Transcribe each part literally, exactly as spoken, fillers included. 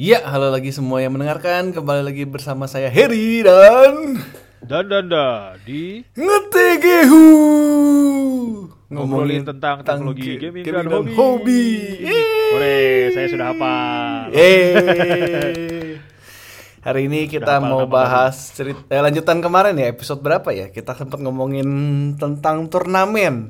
Iya, halo lagi semua yang mendengarkan. Kembali lagi bersama saya Heri dan Dan dan dan di Ngetegehu ngobrolin tentang teknologi, ge- gaming, gaming dan dan hobi. hobi. Hore, saya sudah hafal. Eh, hari ini Sudah kita hafal mau nama baru. bahas cerita eh, lanjutan kemarin ya, episode berapa ya? Kita sempat ngomongin tentang turnamen.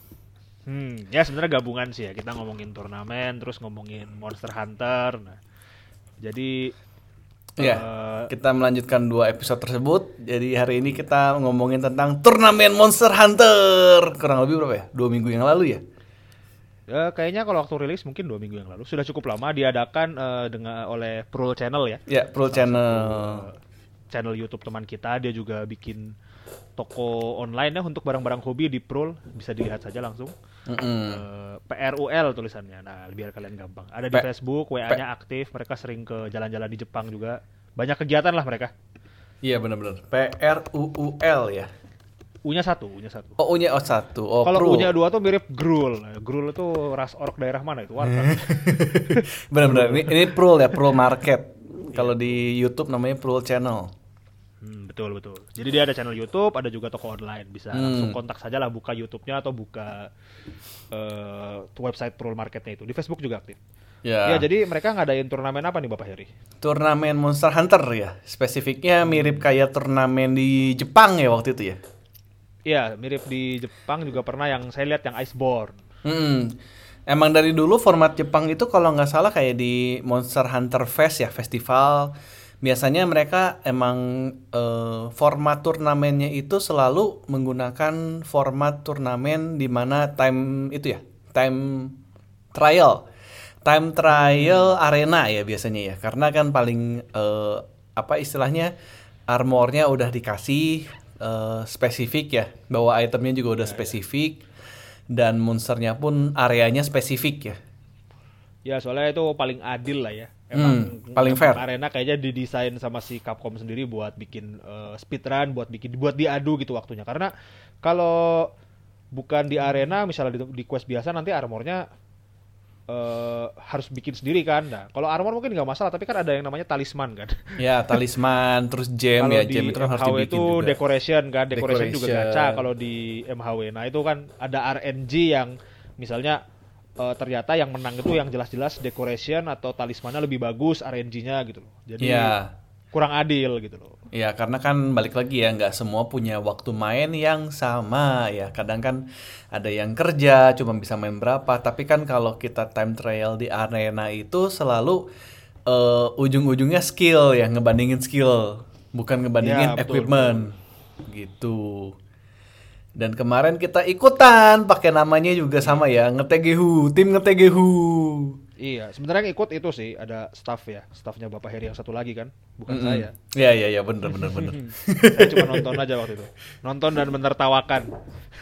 Hmm, ya sebenarnya gabungan sih ya. Kita ngomongin turnamen, terus ngomongin Monster Hunter. Nah, jadi Iya, eh kita melanjutkan dua episode tersebut. Jadi hari ini kita ngomongin tentang turnamen Monster Hunter. Kurang lebih berapa ya? Dua minggu yang lalu ya? ya, kayaknya kalau waktu rilis mungkin dua minggu yang lalu sudah cukup lama diadakan eh, dengan oleh Pro Channel ya. Ya, Pro Salah satu Channel. eh, channel YouTube teman kita. Dia juga bikin toko online ya untuk barang-barang hobi di Prul, bisa dilihat saja langsung. Mm-mm. Eh, P R U L tulisannya. Nah, biar kalian gampang. Ada di P- Facebook, P- W A-nya aktif. Mereka sering ke jalan-jalan di Jepang juga. Banyak kegiatan lah mereka. Iya benar-benar. P R U U L ya. U-nya satu, U-nya satu. Oh, U-nya oh satu. Oh, Kalau Pro. U-nya dua tuh mirip Grul. Nah, Grul itu ras orc daerah mana itu? Warta. Benar-benar. Ini ini Pro ya, Pro Market. Kalau di YouTube namanya Pro Channel. Hmm, betul betul. Jadi dia ada channel YouTube, ada juga toko online. Bisa Hmm. langsung kontak saja lah, buka YouTube-nya atau buka eh, website Prul Marketnya itu. Di Facebook juga aktif. Ya. Ya, jadi mereka ngadain turnamen apa nih Bapak Heri? Turnamen Monster Hunter ya. Spesifiknya mirip kayak turnamen di Jepang ya waktu itu ya. Iya, mirip di Jepang juga pernah yang saya lihat yang Iceborne. Hmm. Emang dari dulu format Jepang itu kalau nggak salah kayak di Monster Hunter Fest ya, festival. Biasanya mereka emang eh, format turnamennya itu selalu menggunakan format turnamen di mana time itu ya, time trial. Time trial arena ya biasanya ya. Karena kan paling eh, apa istilahnya armornya udah dikasih eh, spesifik ya, bahwa itemnya juga udah Ya, ya. spesifik dan monsternya pun areanya spesifik ya. Ya, soalnya itu paling adil lah ya. Hmm, Emang, paling emang fair. arena kayaknya didesain sama si Capcom sendiri buat bikin eh, speedrun, buat bikin buat diadu gitu waktunya. Karena kalau bukan di arena, misalnya di, di quest biasa nanti armornya eh, harus bikin sendiri kan. Nah, kalau armor mungkin nggak masalah, tapi kan ada yang namanya talisman kan. Ya, talisman, terus gem Kalau ya, di gem itu kan harus M H W dibikin itu juga. decoration kan, decoration, juga Decoration. gacha kalau di M H W. Nah, itu kan ada R N G yang misalnya eh, ternyata yang menang itu yang jelas-jelas decoration atau talismannya lebih bagus R N G-nya gitu loh. Jadi Iya. kurang adil gitu loh. Ya, karena kan balik lagi ya, nggak semua punya waktu main yang sama ya. Kadang kan ada yang kerja, cuma bisa main berapa. Tapi kan kalau kita time trial di arena itu selalu eh, ujung-ujungnya skill ya, ngebandingin skill. Bukan ngebandingin Ya, betul, equipment. Gitu. Dan kemarin kita ikutan, pakai namanya juga sama ya, Ngetegehu, tim Ngetegehu. Iya, sebenarnya yang ikut itu sih ada staff ya, staffnya Bapak Heri yang satu lagi kan, bukan Mm-mm. saya. Iya, iya, iya, bener, bener, bener. Saya cuma nonton aja waktu itu. Nonton dan menertawakan.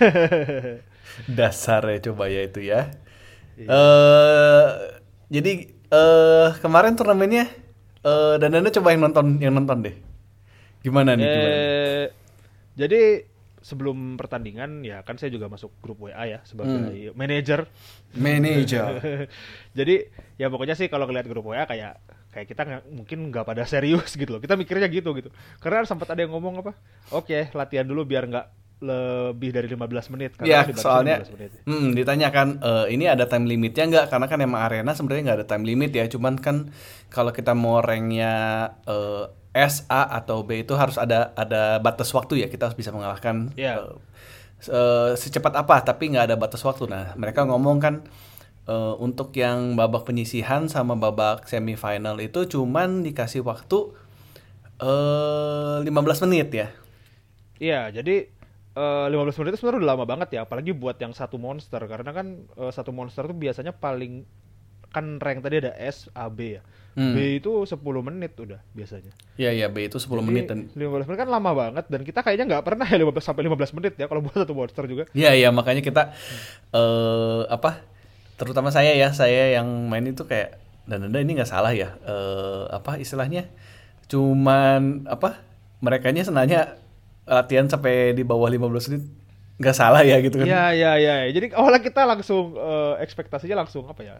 Dasar ya coba ya itu ya. Iya. Eh jadi eh kemarin turnamennya eh dan Anda coba yang nonton yang nonton deh. Gimana nih? Gimana nih? Eh, jadi sebelum pertandingan ya kan saya juga masuk grup W A ya sebagai manajer. Manager. Jadi ya pokoknya sih kalau ngeliat grup W A kayak kayak kita nggak- mungkin nggak pada serius gitu loh. Kita mikirnya gitu gitu. Karena sempat ada yang ngomong apa? Oke, latihan dulu biar nggak lebih dari lima belas menit karena Ya, kan dibatasi soalnya lima belas menit. hmm, ditanyakan eh, ini ada time limitnya nggak? Karena kan emang arena sebenarnya nggak ada time limit ya. Cuman kan kalau kita mau ranknya eh, S, A atau B itu harus ada ada batas waktu ya. Kita harus bisa mengalahkan Ya. eh, eh, secepat apa. Tapi nggak ada batas waktu. Nah, mereka ngomong kan eh, untuk yang babak penyisihan sama babak semifinal itu cuman dikasih waktu eh lima belas menit ya. Iya, jadi eh, lima belas menit itu sebenarnya udah lama banget ya, apalagi buat yang satu monster karena kan eh, satu monster tuh biasanya paling kan rank tadi ada S, A, B ya. Hmm. B itu sepuluh menit udah biasanya. Iya, iya, B itu sepuluh Jadi, menit dan lima belas menit kan lama banget dan kita kayaknya nggak pernah ya lima belas sampai lima belas menit ya kalau buat satu monster juga. iya, iya, makanya kita eh apa? Terutama saya ya, saya yang main itu kayak dan Anda ini nggak salah ya. Eh apa istilahnya? Cuman apa? Merekanya senanya latihan sampai di bawah lima belas menit nggak salah ya gitu kan. Iya, iya, iya. Jadi awalnya kita langsung eh, ekspektasinya langsung apa ya?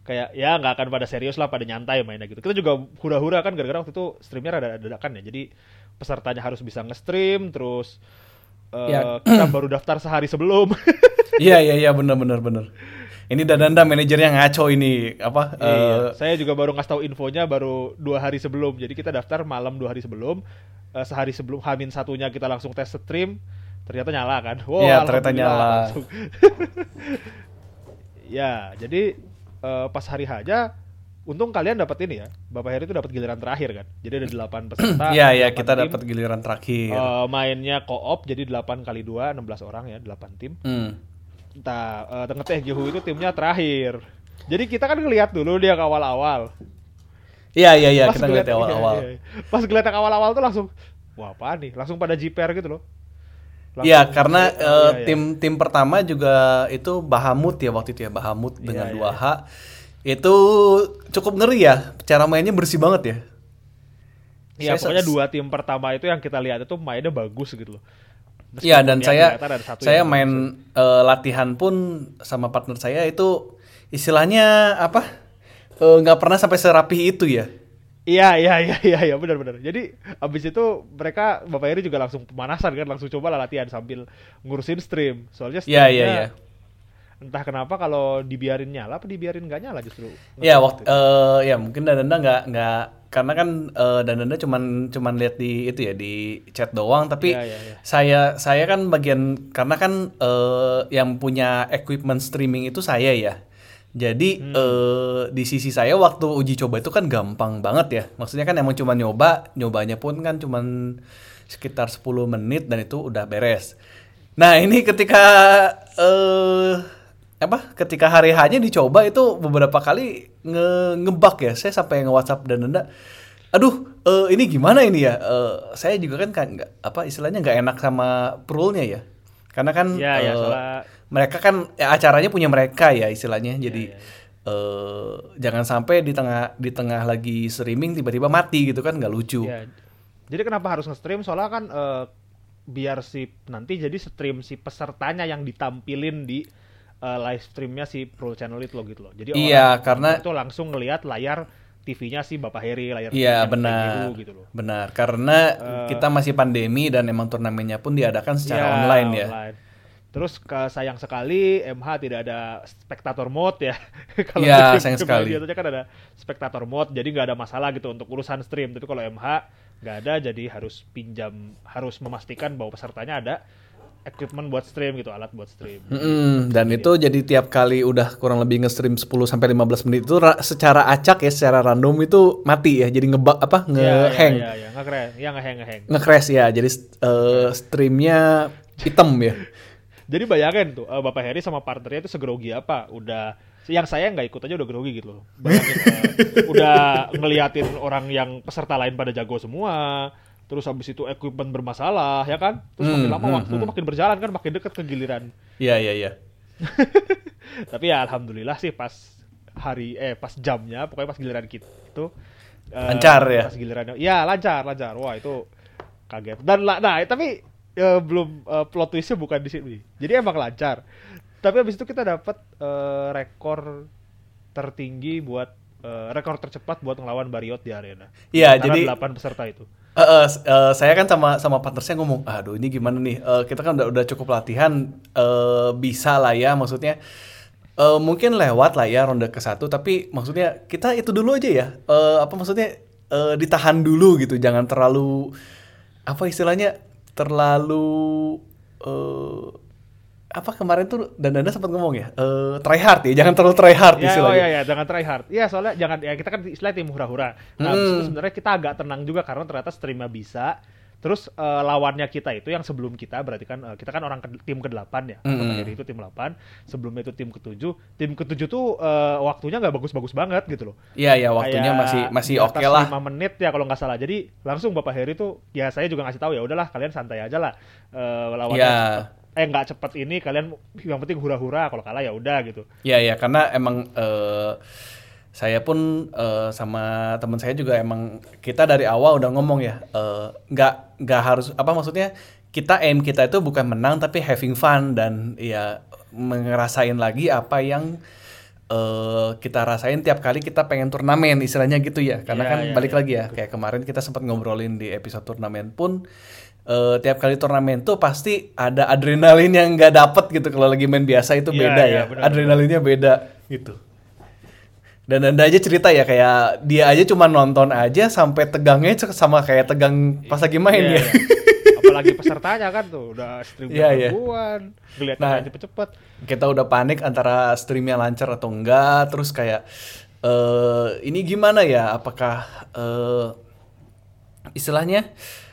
kayak ya nggak akan pada serius lah, pada nyantai mainnya gitu. Kita juga hura-hura kan gara-gara waktu itu streamnya rada dadakan ya, jadi pesertanya harus bisa nge-stream, terus uh, Ya. kita baru daftar sehari sebelum. Iya iya iya benar benar benar. Ini Dananda manajernya ngaco ini apa? Iya, eh, saya juga baru ngasih tahu infonya baru dua hari sebelum. Jadi kita daftar malam dua hari sebelum, eh, sehari sebelum Hamin satunya kita langsung tes stream, ternyata nyala kan? Wow, Iya, ternyata alhamdulillah, nyala. langsung. Ya, jadi eh, pas hari H aja, untung kalian dapat ini ya, Bapak Heri itu dapat giliran terakhir kan. Jadi ada delapan peserta. Iya iya delapan kita tim. dapat giliran terakhir. Eh, mainnya co-op, jadi delapan kali dua, enam belas orang ya, delapan tim. Hmm. Entah, uh, Tengah Gehu itu timnya terakhir. Jadi kita kan ngelihat dulu dia ke awal-awal. Iya iya iya Pas kita ngeliat ngeliat- awal-awal. iya, iya. Pas ngeliat yang awal-awal tuh langsung, wah apaan nih? Langsung pada jiper gitu loh. Langsung- Iya karena iya, eh, iya, iya. tim tim pertama juga itu Bahamut ya waktu itu ya Bahamut dengan Iya, dua iya. H itu cukup ngeri ya, cara mainnya bersih banget ya. Iya, Saya- pokoknya dua tim pertama itu yang kita lihat itu mainnya bagus gitu loh. Iya dan Meskipun ya saya kelihatan ada satu saya yang main eh, latihan pun sama partner saya itu istilahnya apa eh, nggak pernah sampai serapih itu ya. Iya, iya, iya, iya, iya, benar-benar. Jadi abis itu mereka Bapak Heri juga langsung pemanasan kan, langsung coba lah latihan sambil ngurusin stream. Soalnya Iya streamnya iya iya. entah kenapa kalau dibiarin nyala apa dibiarin nggak nyala justru. Ya waktu eh, ya mungkin Dananda nggak nggak karena kan eh, Dananda cuman cuman lihat di itu ya di chat doang tapi Iya, iya, iya. saya saya kan bagian karena kan eh, yang punya equipment streaming itu saya ya. Jadi Hmm. eh, di sisi saya waktu uji coba itu kan gampang banget ya. Maksudnya kan emang cuma nyoba, nyobanya pun kan cuman sekitar sepuluh menit dan itu udah beres. Nah, ini ketika eh apa? Ketika hari H-nya dicoba itu beberapa kali nge ngebug ya. Saya sampai nge-WhatsApp dan Nanda, aduh, eh, ini gimana ini ya? Eh, saya juga kan kan nggak apa istilahnya nggak enak sama rule-nya ya. Karena kan Iya, iya, eh, soalnya- mereka kan ya, acaranya punya mereka ya istilahnya. Jadi iya, iya. eh, jangan sampai di tengah di tengah lagi streaming tiba-tiba mati gitu kan nggak lucu. Iya. Jadi kenapa harus nge-stream? Soalnya kan eh, biar si nanti jadi stream si pesertanya yang ditampilin di eh, live streamnya si Pro Channel itu loh gitu loh. Jadi Iya, orang karena- itu langsung ngelihat layar T V-nya si Bapak Heri, layar Iya T V-nya benar, P G U gitu loh. benar. Karena Eh, kita masih pandemi dan emang turnamennya pun diadakan secara Iya, online ya. online. Terus ke sayang sekali M H tidak ada spectator mode ya. Kalau Iya, di sayang game sekali. biasanya kan ada spectator mode, jadi nggak ada masalah gitu untuk urusan stream. Tapi kalau M H nggak ada, jadi harus pinjam, harus memastikan bahwa pesertanya ada equipment buat stream gitu, alat buat stream. Mm-mm, dan itu jadi tiap kali udah kurang lebih nge-stream sepuluh sampai lima belas menit itu ra- secara acak ya, secara random itu mati ya. Jadi ngebug apa Iya, nge-hang, Iya, iya, nggak keren, ya nge-hang, nge-hang. nge-crash ya. Jadi eh, streamnya hitam ya. Jadi bayangin tuh, eh, Bapak Heri sama partnernya itu segrogi apa? Udah, yang saya nggak ikut aja udah grogi gitu loh. Bayangin, eh, udah ngeliatin orang yang peserta lain pada jago semua. Terus habis itu equipment bermasalah, ya kan? Terus makin Hmm, lama hmm, waktu tuh makin berjalan kan, makin deket ke giliran. Iya iya iya. Tapi ya alhamdulillah sih pas hari, eh pas jamnya, pokoknya pas giliran kita itu eh, Lancar ya? Pas gilirannya, ya lancar, lancar. Wah itu kaget. Dan lah, nah tapi eh, belum eh, plot twistnya bukan di sini. Jadi emang lancar. Tapi habis itu kita dapat eh, rekor tertinggi buat eh, rekor tercepat buat ngelawan Bariot di arena. Iya, Antara jadi- delapan peserta itu. Eh, eh, s- eh, saya kan sama sama partner saya ngomong, aduh ini gimana nih? Eh, kita kan udah udah cukup latihan, eh, bisa lah ya, maksudnya eh, mungkin lewat lah ya ronde ke satu, tapi maksudnya kita itu dulu aja ya, eh, apa maksudnya eh, ditahan dulu gitu, jangan terlalu apa istilahnya terlalu eh, apa kemarin tuh dan Danda sempat ngomong ya, eh, try hard ya, jangan terlalu try hard Ya, oh istilahnya. ya, ya, jangan try hard. Ya, soalnya jangan, ya kita kan istilahnya tim hura-hura. Nah, Hmm. abis itu sebenarnya kita agak tenang juga karena ternyata streamnya bisa. Terus eh, lawannya kita itu yang sebelum kita, berarti kan eh, kita kan orang ke, tim kedelapan ya. Hmm. Bapak Heri itu tim delapan, sebelumnya itu tim ketujuh. Tim ketujuh tuh eh, waktunya nggak bagus-bagus banget gitu loh. Iya ya waktunya Kayak masih masih di oke atas lah. lima menit ya kalau nggak salah. Jadi langsung Bapak Heri tuh, ya saya juga ngasih tahu ya udahlah kalian santai aja lah. Eh, lawannya Iya. cepet. Eh nggak cepet ini kalian yang penting hura-hura, kalau kalah ya udah gitu. Iya ya karena emang eh, saya pun eh, sama teman saya juga emang kita dari awal udah ngomong ya eh, nggak nggak harus apa maksudnya kita aim kita itu bukan menang tapi having fun dan ya ngerasain lagi apa yang eh, kita rasain tiap kali kita pengen turnamen istilahnya gitu ya. Karena Iya, kan iya, balik iya, lagi ya, betul. kayak kemarin kita sempat ngobrolin di episode turnamen pun eh, tiap kali turnamen tuh pasti ada adrenalin yang nggak dapet gitu kalau lagi main biasa itu Iya, beda iya, ya. benar, Adrenalinnya beda gitu. Dan Anda aja cerita ya kayak dia aja cuma nonton aja sampai tegangnya sama kayak tegang pas lagi main Iya, ya. iya. Apalagi pesertanya kan tuh udah stream Iya, iya. jagoan, ngeliatnya Nah, aja cepet-cepet. kita udah panik antara streamnya lancar atau enggak, terus kayak eh ini gimana ya? Apakah eh istilahnya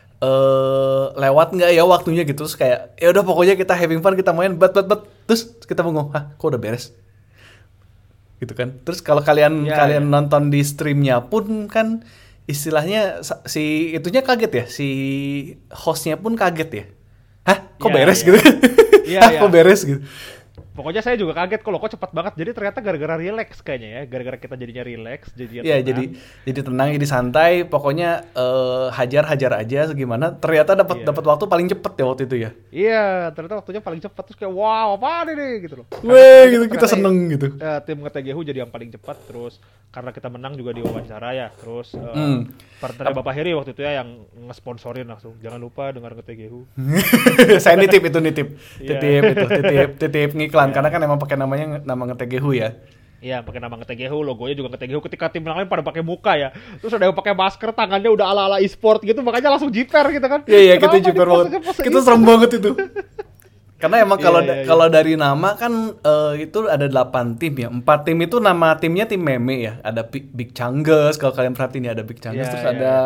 eh lewat nggak ya waktunya gitu? Terus kayak ya udah pokoknya kita having fun, kita main bet bet bet, terus kita bengong, hah kok udah beres? Gitu kan. Terus kalau kalian Iya, kalian iya. nonton di streamnya pun kan istilahnya sa- si itunya kaget ya, si hostnya pun kaget ya. Hah, kok Iya, beres iya. gitu? Iya, Hah, iya. kok beres gitu? Pokoknya saya juga kaget kok, loh, kok cepat banget. Jadi ternyata gara-gara relax kayaknya ya, gara-gara kita jadinya relax, jadinya Iya, tenang. jadi jadi tenang, jadi santai, pokoknya eh, hajar-hajar aja segimana. Ternyata dapat Iya. dapat waktu paling cepet ya waktu itu ya. Iya, ternyata waktunya paling cepat, terus kayak wow, apaan ini gitu loh. Weh, gitu kita Ternyata, seneng gitu. eh, tim Nge T G Hu jadi yang paling cepat, terus karena kita menang juga diwawancara ya, terus eh, Hmm. partnernya Bapak Heri waktu itu ya yang ngesponsorin langsung. Jangan lupa dengar Nge T G Hu. Saya nitip itu nitip, Iya. titip itu, titip, titip ngiklan karena kan emang pakai namanya nama Nge T G Hu ya. Iya, pakai nama Nge T G Hu, logonya juga Nge T G Hu. Ketika tim lain pada pakai muka ya, terus ada yang pakai masker, tangannya udah ala-ala e-sport gitu, makanya langsung jiper gitu kan. Iya iya kita Kenapa jiper nih banget. pose-nya pose Kita gitu? serem banget itu. Karena emang Iya, kalau iya, da- iya. kalau dari nama kan eh, itu ada delapan tim ya. Empat tim itu nama timnya tim meme ya. Ada Big, Big Changges kalau kalian perhatiin ya ada Big Changges, Iya, terus iya, ada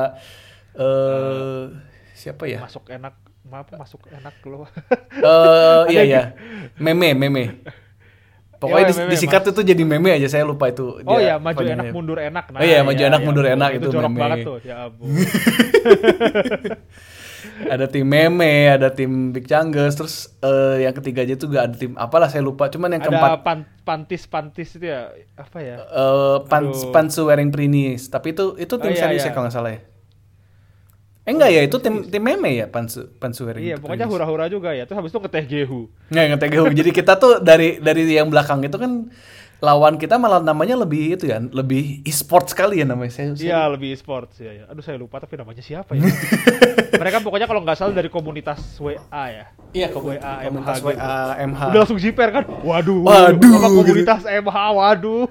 eh siapa ya? Masuk enak, maaf masuk enak loh. Eh iya Ada iya. Meme, meme. Pokoknya Iya, dis- meme, disikat Mas. itu jadi meme aja, saya lupa itu. Oh dia ya, maju panjangnya. enak mundur enak. Oh iya, maju enak, mundur enak, itu jorok meme. banget tuh. Ya ampun. Ada tim meme, ada tim Big Changges, terus eh, yang ketiganya juga ada tim apalah saya lupa. Cuman yang keempat Ada pan pantis-pantis itu ya, apa ya? eh Pans Aduh. Pansu Wearing Prinis, tapi itu itu tim Oh, iya, serius iya. ya kalau nggak salah ya. Eh enggak ya, itu tim tim meme ya Pansu Pansu Wearing Iya, pokoknya Prinis. hura-hura juga ya. Terus habis itu ke T G Hu. Nggak nge-T G Hu. Jadi kita tuh dari dari yang belakang itu kan lawan kita malah namanya lebih itu ya, lebih e-sport sekali ya namanya. Saya, saya- Iya, lebih e-sports ya, ya. Aduh, saya lupa tapi namanya siapa ya? Mereka pokoknya kalau nggak salah dari komunitas W A ya. Iya, W A M H komunitas W gitu. A M H. Udah langsung jiper kan? Waduh. Waduh, Apa gitu. komunitas M H? Waduh.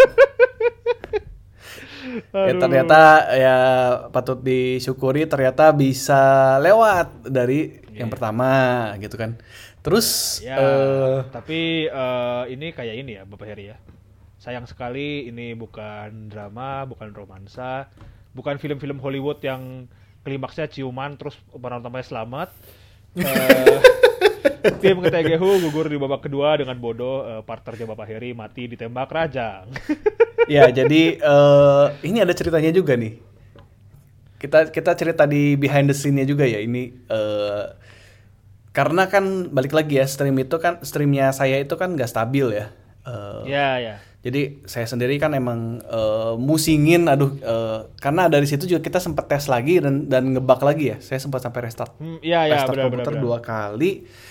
Ya Aduh. ternyata ya patut disyukuri ternyata bisa lewat dari yang pertama gitu kan. Terus Ya, eh, tapi eh, ini kayak ini ya Bapak Heri ya. Sayang sekali ini bukan drama, bukan romansa, bukan film-film Hollywood yang klimaksnya ciuman terus pemeran utamanya selamat. Eh, tim Nge T G Hu gugur di babak kedua dengan bodoh, eh, partnernya Bapak Heri mati ditembak rajang. ya jadi eh, ini ada ceritanya juga nih. Kita kita cerita di behind the scene-nya juga ya ini eh, karena kan balik lagi ya stream itu kan streamnya saya itu kan nggak stabil ya. Eh, Ya, ya. Jadi saya sendiri kan emang eh, musingin, aduh eh, karena dari situ juga kita sempat tes lagi dan dan ngebug lagi ya. Saya sempat sampai restart, Hmm, iya, iya, restart benar, komputer benar, benar. dua kali.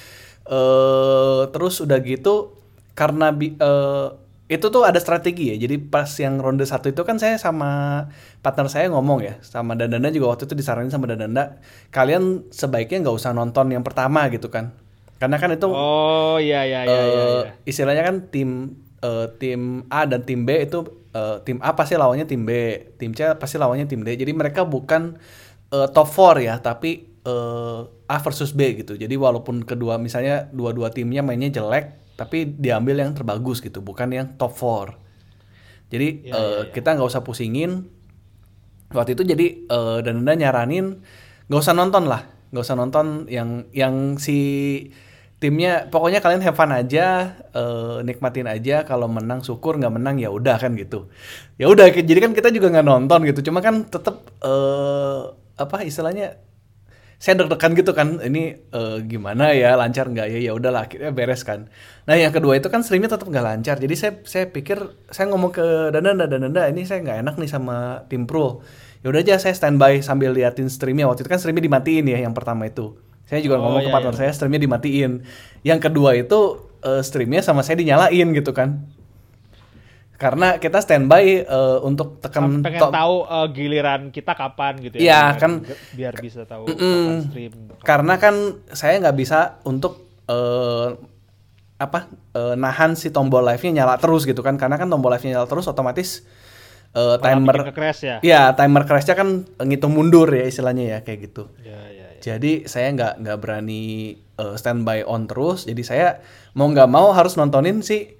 Eh terus udah gitu karena bi- eh, itu tuh ada strategi ya. Jadi pas yang ronde satu itu kan saya sama partner saya ngomong ya, sama Dandanda juga waktu itu disaranin sama Dandanda, kalian sebaiknya nggak usah nonton yang pertama gitu kan. Karena kan itu Oh, iya, iya, iya, iya, eh, iya. istilahnya kan tim eh, tim A dan tim B itu eh, tim A pasti lawannya tim B, tim C pasti lawannya tim D. Jadi mereka bukan eh, top empat ya, tapi eh, A versus B gitu. Jadi walaupun kedua misalnya dua-dua timnya mainnya jelek, tapi diambil yang terbagus gitu, bukan yang top empat. Jadi Iya, eh, iya, iya. kita nggak usah pusingin. Waktu itu jadi eh, Dandanda nyaranin nggak usah nonton lah, nggak usah nonton yang yang si timnya, pokoknya kalian have fun aja, eh, nikmatin aja, kalau menang syukur, nggak menang ya udah kan gitu. Ya udah, jadi kan kita juga nggak nonton gitu, cuma kan tetap eh, apa istilahnya, saya deg-degan gitu kan, ini eh, gimana ya, lancar nggak ya, ya udahlah akhirnya beres kan. Nah yang kedua itu kan streamnya tetap nggak lancar, jadi saya saya pikir, saya ngomong ke Dandanda, Dandanda ini saya nggak enak nih sama tim pro. Ya udah aja saya standby sambil liatin streamnya. Waktu itu kan streamnya dimatiin ya yang pertama itu. Saya juga Oh, ngomong ke iya, partner iya. saya streamnya dimatiin. Yang kedua itu eh, streamnya sama saya dinyalain gitu kan. Karena kita standby uh, untuk tekan pengen top. tahu uh, giliran kita kapan gitu ya. Iya, biar, kan biar bisa tahu mm, kapan stream. Kapan karena kan saya nggak bisa untuk uh, apa uh, nahan si tombol live-nya nyala terus gitu kan. Karena kan tombol live-nya nyala terus otomatis uh, timer crash ya. Iya, timer crash-nya kan ngitung mundur ya istilahnya ya kayak gitu. Ya, ya, ya. Jadi saya nggak nggak berani uh, standby on terus. Jadi saya mau nggak mau harus nontonin si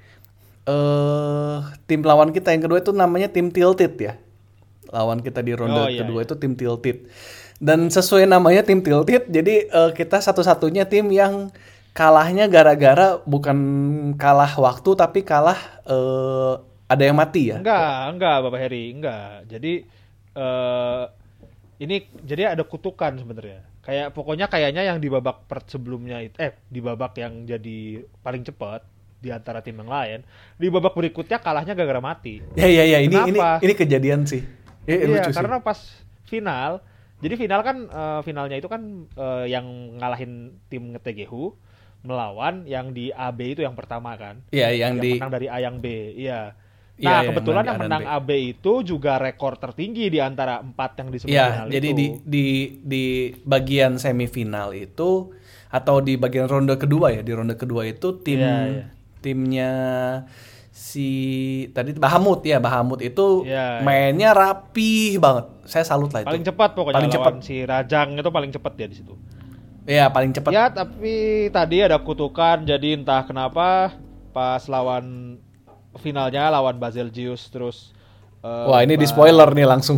uh, tim lawan kita yang kedua itu namanya tim Tilted ya. Lawan kita di ronde oh, iya, kedua iya. itu tim Tilted. Dan sesuai namanya tim Tilted, jadi uh, kita satu-satunya tim yang kalahnya gara-gara bukan kalah waktu tapi kalah uh, ada yang mati ya. Enggak, enggak Bapak Heri, enggak. Jadi uh, ini jadi ada kutukan sebenarnya. Kayak pokoknya kayaknya yang di babak per sebelumnya itu eh di babak yang jadi paling cepat di antara tim yang lain, di babak berikutnya kalahnya gara-gara mati. Ya ya ya, ini ini Kenapa? ini kejadian sih. Ya, Iya, lucu karena sih. pas final, jadi final kan uh, finalnya itu kan uh, yang ngalahin tim T G H U melawan yang di A B itu yang pertama kan. Iya, yang, Yang di menang dari A yang B, iya. Iya, Nah, iya, kebetulan yang yang menang di menang A A B itu juga rekor tertinggi di antara empat yang di Iya, semifinal jadi itu. di di di bagian semifinal itu atau di bagian ronde kedua ya, di ronde kedua itu tim Iya, iya. timnya si tadi Bahamut ya, Bahamut itu Iya, iya. mainnya rapih banget. Saya salut lah itu. Paling cepat pokoknya Paling lawan cepat. si Rajang itu paling cepat dia di situ. Iya, paling cepat. Ya, tapi tadi ada kutukan jadi entah kenapa pas lawan finalnya lawan Baselgius terus uh, Wah, ini di Ba- spoiler nih langsung.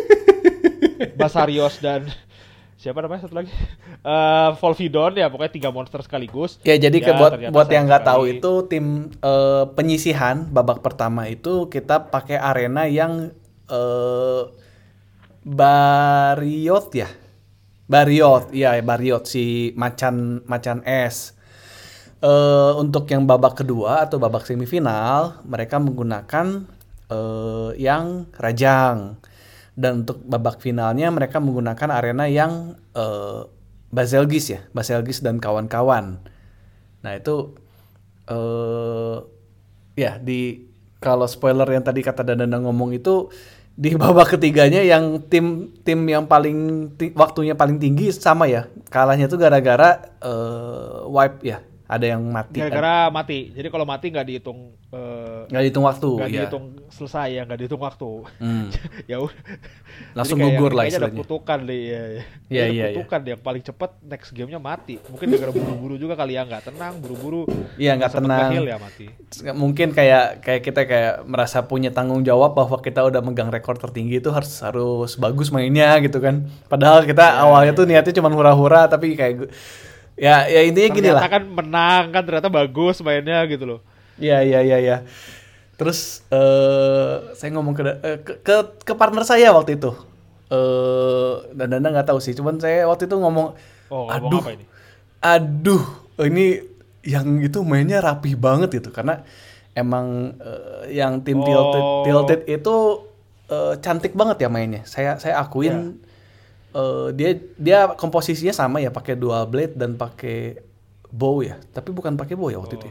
Basarios dan siapa namanya satu lagi? Eh Volvidon ya, pokoknya tiga monster sekaligus. Ya, jadi ke Ya, buat ternyata buat sayang yang nggak tahu sekali. itu tim eh, penyisihan babak pertama itu kita pakai arena yang eh, Bariot ya. Bariot, iya Bariot si macan macan es. Eh, untuk yang babak kedua atau babak semifinal mereka menggunakan eh, yang Rajang. Dan untuk babak finalnya mereka menggunakan arena yang eh, Baselgius ya, Baselgius dan kawan-kawan. Nah itu eh ya di kalau spoiler yang tadi kata Dandana ngomong itu di babak ketiganya yang tim tim yang paling ti- waktunya paling tinggi sama ya, kalahnya tuh gara-gara eh, wipe ya, ada yang mati. Gara-gara mati. Jadi kalau mati nggak dihitung eh, Nggak dihitung waktu, nggak ya. dihitung selesai ya, nggak dihitung waktu. Hmm. Ya udah. Langsung Jadi kayak- gugur lah kayaknya ada istilahnya. kutukan deh ya. Iya, Ada iya, kutukan yang paling cepat next gamenya mati. Mungkin gara-gara buru-buru juga kali ya, nggak tenang, buru-buru. Iya, nggak sempet tenang. nge-heal ya mati. Mungkin kayak kayak kita kayak merasa punya tanggung jawab bahwa kita udah megang rekor tertinggi itu harus harus bagus mainnya gitu kan. Padahal kita Ya, awalnya ya. tuh niatnya cuma hura-hura tapi kayak gu- ya ya intinya gini Ternyata lah. kan menang kan, ternyata bagus mainnya gitu loh. Iya iya iya iya. Terus eh saya ngomong ke, eh, ke ke ke partner saya waktu itu. Eh dan Danda nggak tahu sih, cuman saya waktu itu ngomong, Oh, ngomong aduh, apa ini? aduh, ini yang itu mainnya rapih banget gitu karena emang eh, yang tim Tilted, Oh. Tilted itu eh, cantik banget ya mainnya. Saya saya akuin eh, dia dia komposisinya sama ya, pakai dual blade dan pakai bow ya, tapi bukan pakai bow ya waktu itu. Ya.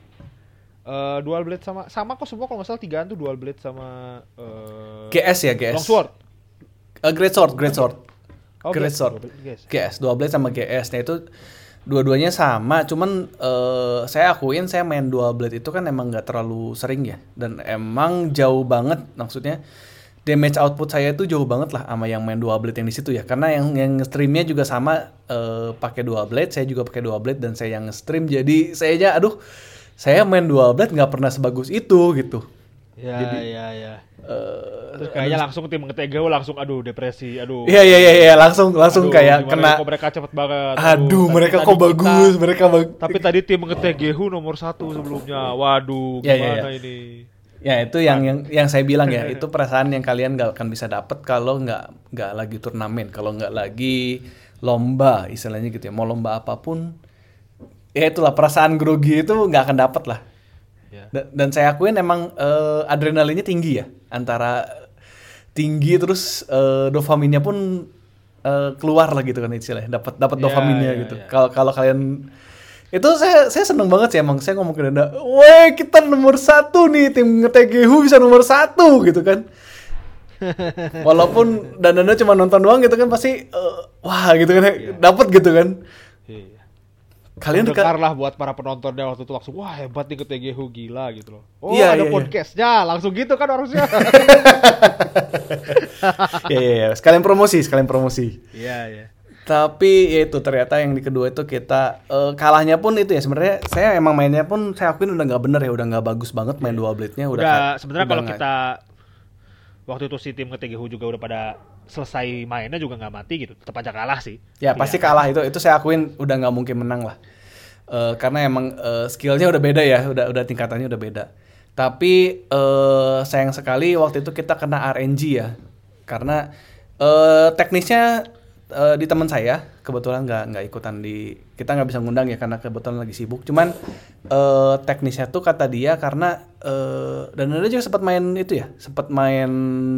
Eh, dual blade sama sama kok semua, kalau nggak salah tigaan tuh dual blade sama eh, G S ya G S. longsword. Eh, great sword, great sword. Oh, Great G S, sword. dual blade, G S. G S, dual blade sama G S. Nah itu dua-duanya sama, cuman eh, saya akuin saya main dual blade itu kan emang nggak terlalu sering ya, dan emang jauh banget, maksudnya damage output saya itu jauh banget lah sama yang main dual blade yang di situ ya, karena yang yang streamnya juga sama eh, pakai dual blade, saya juga pakai dual blade dan saya yang stream, jadi saya aja aduh saya main dual blade nggak pernah sebagus itu gitu. Ya, Jadi, ya, ya. Eh, Terus kayaknya langsung tim T G W langsung aduh depresi, aduh. Iya iya iya iya, langsung langsung Aduh, kayak gimana kena. ya, kok mereka cepet banget. Aduh, tapi mereka tadi kok kita- bagus, mereka bagus. Tapi tadi tim T G W nomor satu sebelumnya. Waduh, Ya, ya, gimana ya. ini? Ya itu yang yang yang saya bilang ya, itu perasaan yang kalian nggak akan bisa dapet kalau nggak nggak lagi turnamen, kalau nggak lagi lomba istilahnya gitu ya, mau lomba apapun, ya itulah perasaan grogi itu nggak akan dapet lah. Ya. Da- Dan saya akuin emang eh, adrenalinnya tinggi ya, antara tinggi terus eh, dopaminnya pun eh, keluar lah gitu kan istilahnya, dapat dapat Ya, dopaminnya ya, gitu. ya. Kalau kalau kalian Itu saya saya seneng banget sih emang, saya ngomong ke Danda, weh kita nomor satu nih, tim T G H U bisa nomor satu gitu kan. Walaupun Danda cuma nonton doang gitu kan pasti uh, wah gitu kan, yeah. Dapet gitu kan. Iya. Kalian dengar lah buat para penontonnya waktu itu langsung wah hebat nih ke T G H U, gila gitu loh. Oh iya, ada iya, podcastnya, iya. Langsung gitu kan harusnya. Iya iya iya, sekalian promosi, sekalian promosi. Iya iya. Tapi ya itu ternyata yang di kedua itu kita uh, kalahnya pun itu ya sebenarnya saya emang mainnya pun saya akuin udah nggak bener ya, udah nggak bagus banget main dual blade-nya udah. Udah sebenarnya kalau gak... kita waktu itu si tim ke T G H U juga udah pada selesai mainnya juga nggak mati gitu, tetap aja kalah sih. Ya pasti ya. Kalah itu itu saya akuin udah nggak mungkin menang lah. Uh, karena emang uh, skillnya udah beda ya, udah udah tingkatannya udah beda. Tapi uh, sayang sekali waktu itu kita kena R N G ya, karena uh, teknisnya Uh, di teman saya kebetulan nggak nggak ikutan di, kita nggak bisa ngundang ya karena kebetulan lagi sibuk. Cuman uh, teknisnya tuh kata dia karena uh, dan ada juga sempat main itu ya, sempat main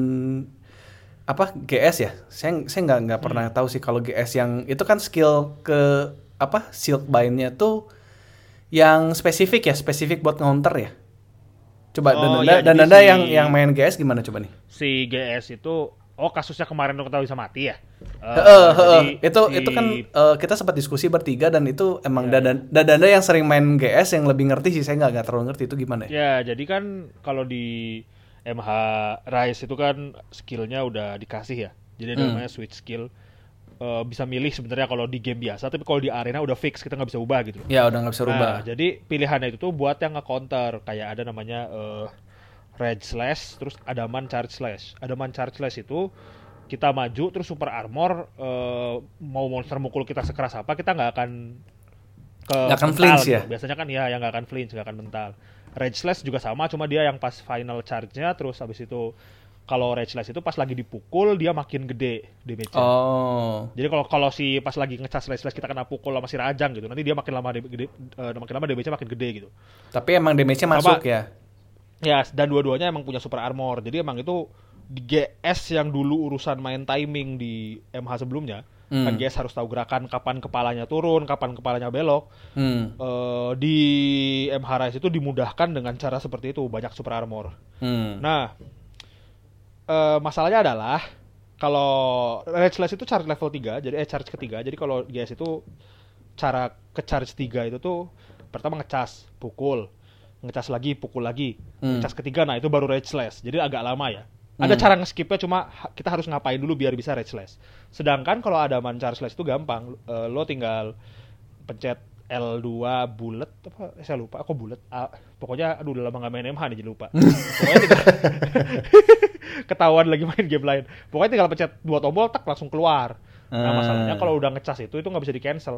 apa G S ya. Saya saya nggak nggak pernah hmm. tahu sih kalau G S yang itu kan skill ke apa Silk Bind-nya tuh yang spesifik ya, spesifik buat counter ya. Coba oh, dan anda ya, dan anda si, yang yang main G S gimana coba nih? Si G S itu oh kasusnya kemarin lo ketahui bisa mati ya? Uh, uh, uh, uh. Itu si... itu kan uh, kita sempat diskusi bertiga dan itu emang ya, dadan ya. Dadanda yang sering main G S yang lebih ngerti sih, saya nggak nggak terlalu ngerti itu gimana ya? Ya jadi kan kalau di M H Rise itu kan skillnya udah dikasih ya, jadi ada hmm. namanya switch skill. Uh, bisa milih sebenarnya kalau di game biasa, tapi kalau di arena udah fix kita nggak bisa ubah gitu. Ya udah nggak bisa nah, ubah. Jadi pilihannya itu tuh buat yang nge-counter kayak ada namanya uh, Red Slash, terus Adaman Charge Slash. Adaman Charge Slash itu kita maju terus super armor, uh, mau monster mukul kita sekeras apa kita nggak akan ke nggak akan mental, flinch gitu. ya. Biasanya kan ya yang nggak akan flinch, nggak akan mental. Rage Slash juga sama, cuma dia yang pas final charge-nya terus habis itu kalau Rage Slash itu pas lagi dipukul dia makin gede damage-nya. Oh. Jadi kalau kalau si pas lagi ngecas Rage Slash kita kena pukul sama si Rajang gitu, nanti dia makin lama gede, uh, makin lama damage-nya makin gede gitu. Tapi emang damage-nya masuk ya. Ya, dan dua-duanya emang punya super armor. Jadi emang itu di G S yang dulu urusan main timing di M H sebelumnya, hmm. kan G S harus tahu gerakan kapan kepalanya turun, kapan kepalanya belok. Hmm. Uh, di M H Rise itu dimudahkan dengan cara seperti itu, banyak super armor. Hmm. Nah, uh, masalahnya adalah kalau Red Slash itu charge level tiga, jadi eh charge ketiga. Jadi kalau G S itu cara ke charge tiga itu tuh pertama ngecas, pukul, ngecas lagi, pukul lagi, hmm. ngecas ketiga, nah itu baru Red Slash. Jadi agak lama ya. Ada hmm. cara nge-skipnya, cuma kita harus ngapain dulu biar bisa Red Slash. Sedangkan kalau ada Man Charge Slash itu gampang, uh, lo tinggal pencet L dua bullet apa saya lupa, aku bullet. Uh, pokoknya aduh udah lama enggak main M H nih jadi lupa. Pokoknya tinggal ketahuan lagi main game lain. Pokoknya tinggal pencet dua tombol tak langsung keluar. Nah, masalahnya kalau udah ngecas itu itu enggak bisa di-cancel.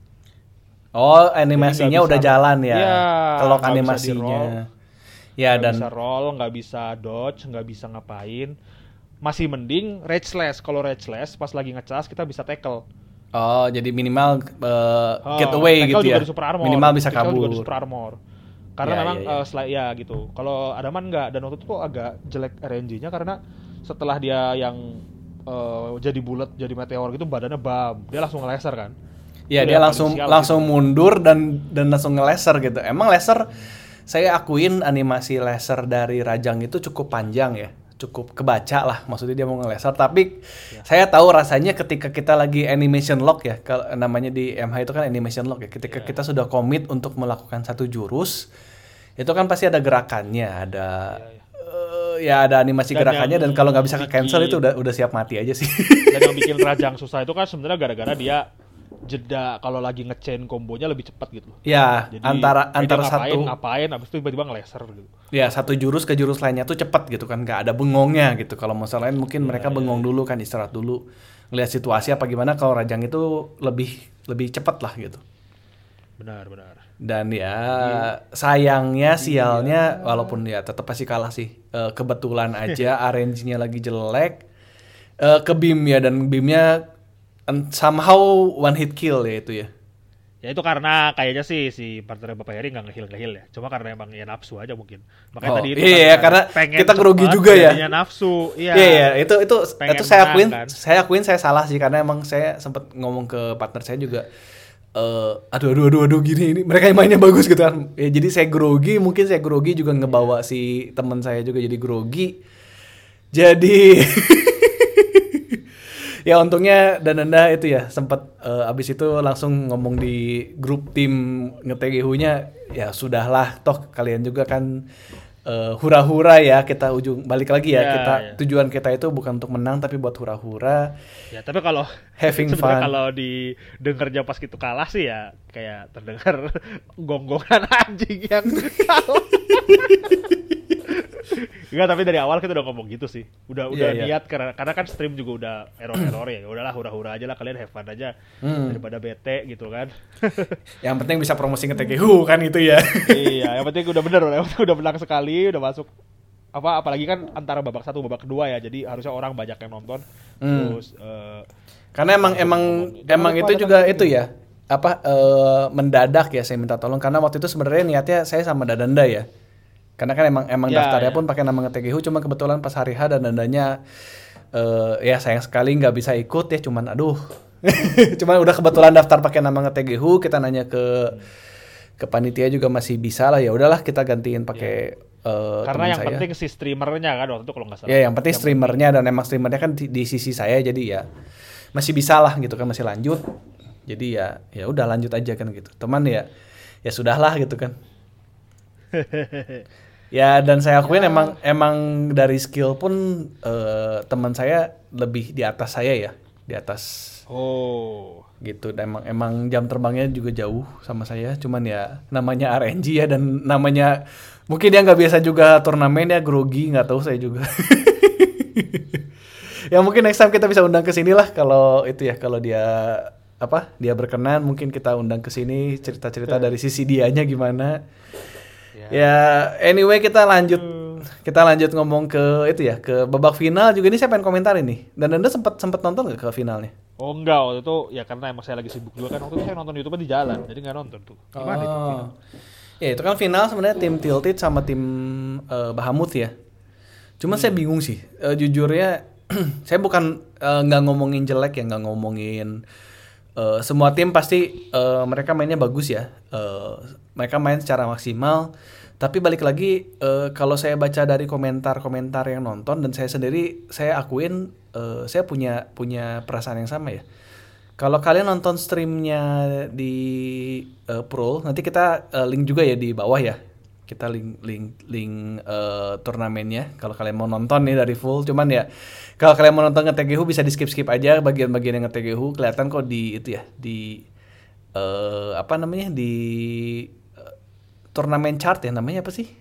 Oh, animasinya udah bisa, jalan ya. Ya kalau animasinya ya, nggak dan bisa roll, nggak bisa dodge, nggak bisa ngapain. Masih mending Rage Slash. Kalau Rage Slash pas lagi ngecas kita bisa tackle. Oh, jadi minimal uh, oh, get away gitu ya. Minimal bisa tackle kabur. Juga di super armor. Karena ya, memang ya, ya. Uh, sli- ya gitu. Kalau Adaman nggak, dan waktu itu tuh agak jelek R N G-nya karena setelah dia yang uh, jadi bulat, jadi meteor gitu badannya bam, dia langsung ngeleser kan. Iya, dia langsung langsung gitu. mundur dan dan langsung ngeleser gitu. Emang laser, saya akuin animasi laser dari Rajang itu cukup panjang ya, cukup kebaca lah, maksudnya dia mau ngelaser. Tapi ya. Saya tahu rasanya ketika kita lagi animation lock ya, kalau namanya di M H itu kan animation lock ya, ketika ya. Kita sudah komit untuk melakukan satu jurus, itu kan pasti ada gerakannya, ada ya, ya. Uh, ya ada animasi dan gerakannya, dan kalau nggak bisa ke cancel itu udah udah siap mati aja sih. Dan yang bikin Rajang susah itu kan sebenarnya gara-gara dia jeda kalau lagi nge-chain kombonya lebih cepat gitu. Ya, jadi, antara antara ngapain, satu ngapain habis itu tiba-tiba ngeleser gitu. Ya, satu jurus ke jurus lainnya tuh cepat gitu kan, nggak ada bengongnya gitu. Kalau masalah lain mungkin ya, mereka ya, bengong ya. dulu kan, istirahat dulu, ngelihat situasi apa gimana. Kalau Rajang itu lebih lebih cepat lah gitu. Benar, benar. Dan ya, ya. sayangnya, sialnya, ya. walaupun ya tetap pasti kalah sih. E, kebetulan aja R N G-nya lagi jelek, e, ke Bim ya, dan Bimnya somehow one hit kill ya itu ya. Ya itu karena kayaknya sih si partner Bapak Heri nggak ngehil ngehil ya. Cuma karena emang ya nafsu aja mungkin. Makanya oh, tadi itu iya, kan karena kita kerugi juga ya. Nafsu. Iya. Iya, iya, itu itu itu saya akuin, kan? saya akuin saya salah sih, karena emang saya sempat ngomong ke partner saya juga. eh aduh aduh aduh aduh gini ini mereka yang mainnya bagus gitu kan. Ya jadi saya grogi, mungkin saya grogi juga ngebawa si teman saya juga jadi grogi. Jadi ya untungnya Dananda itu ya sempat uh, abis itu langsung ngomong di grup tim nge-T G H-nya ya sudahlah toh kalian juga kan uh, hura-hura ya kita ujung balik lagi ya, Ya, kita ya. tujuan kita itu bukan untuk menang tapi buat hura-hura. Ya, tapi kalau Having sebenarnya fun. kalau didengarnya pas gitu kalah sih ya kayak terdengar gonggongan anjing yang kalah. Enggak, tapi dari awal kita udah ngomong gitu sih. Udah udah Iya, iya. niat karena karena kan stream juga udah error-error ya. Ya udahlah hura-hura aja lah, kalian have fun aja Hmm. daripada bete gitu kan. Yang penting bisa promosi nge-T G H kan itu ya. Iya, yang penting udah bener, yang penting udah menang sekali, udah masuk apa apalagi kan antara babak satu babak kedua ya. Jadi harusnya orang banyak yang nonton. Hmm. Terus eh, Karena emang emang Jangan emang lupa itu ada juga lagi itu nih. ya apa eh, mendadak ya saya minta tolong karena waktu itu sebenarnya niatnya saya sama Dadanda ya. Karena kan emang emang Ya, daftarnya ya. pun pakai nama nge-T G H, cuma kebetulan pas hari H Dadandanya eh ya sayang sekali nggak bisa ikut ya, cuman aduh. Cuman udah kebetulan daftar pakai nama nge-T G H, kita nanya ke ke panitia juga masih bisa lah, ya udahlah kita gantiin pakai eh, Karena teman yang saya. penting si streamernya kan waktu itu kalau nggak salah. Ya yang penting streamernya dan emang streamernya kan di, di sisi saya jadi ya masih bisa lah gitu kan, masih lanjut. Jadi ya ya udah lanjut aja kan gitu. Teman ya ya sudahlah gitu kan. Ya dan saya akuin Ya. emang emang dari skill pun eh, teman saya lebih di atas saya ya, di atas Oh. gitu. Dan emang emang jam terbangnya juga jauh sama saya, cuman ya namanya R N G ya dan namanya mungkin dia nggak biasa juga turnamen ya, grogi nggak tahu saya juga. Ya mungkin next time kita bisa undang ke sini lah kalau itu ya, kalau dia apa dia berkenan mungkin kita undang ke sini cerita-cerita dari sisi dianya gimana. Ya. Ya anyway kita lanjut kita lanjut ngomong ke itu ya, ke babak final juga. Ini saya pengen komentarin nih. Dan Anda sempat sempat nonton nggak ke finalnya? Oh enggak, waktu itu ya karena emang saya lagi sibuk juga kan, waktu itu saya nonton YouTube di jalan, jadi nggak nonton tuh. Gimana itu? Oh. Ya itu kan final sebenarnya tim Tilted sama tim eh, Bahamut ya. Cuma saya bingung sih. Eh, jujurnya saya bukan eh, nggak ngomongin jelek ya, nggak ngomongin eh, semua tim pasti eh, mereka mainnya bagus ya. Eh, mereka main secara maksimal. Tapi balik lagi eh, kalau saya baca dari komentar-komentar yang nonton dan saya sendiri saya akuin eh, saya punya punya perasaan yang sama ya. Kalau kalian nonton streamnya di uh, Pro, nanti kita uh, link juga ya di bawah ya. Kita link link link uh, turnamennya. Kalau kalian mau nonton nih dari full, cuman ya kalau kalian mau nonton nge-T G H bisa di skip skip aja bagian-bagian yang nge-T G H, kelihatan kok di itu ya di uh, apa namanya di uh, turnamen chart ya, namanya apa sih?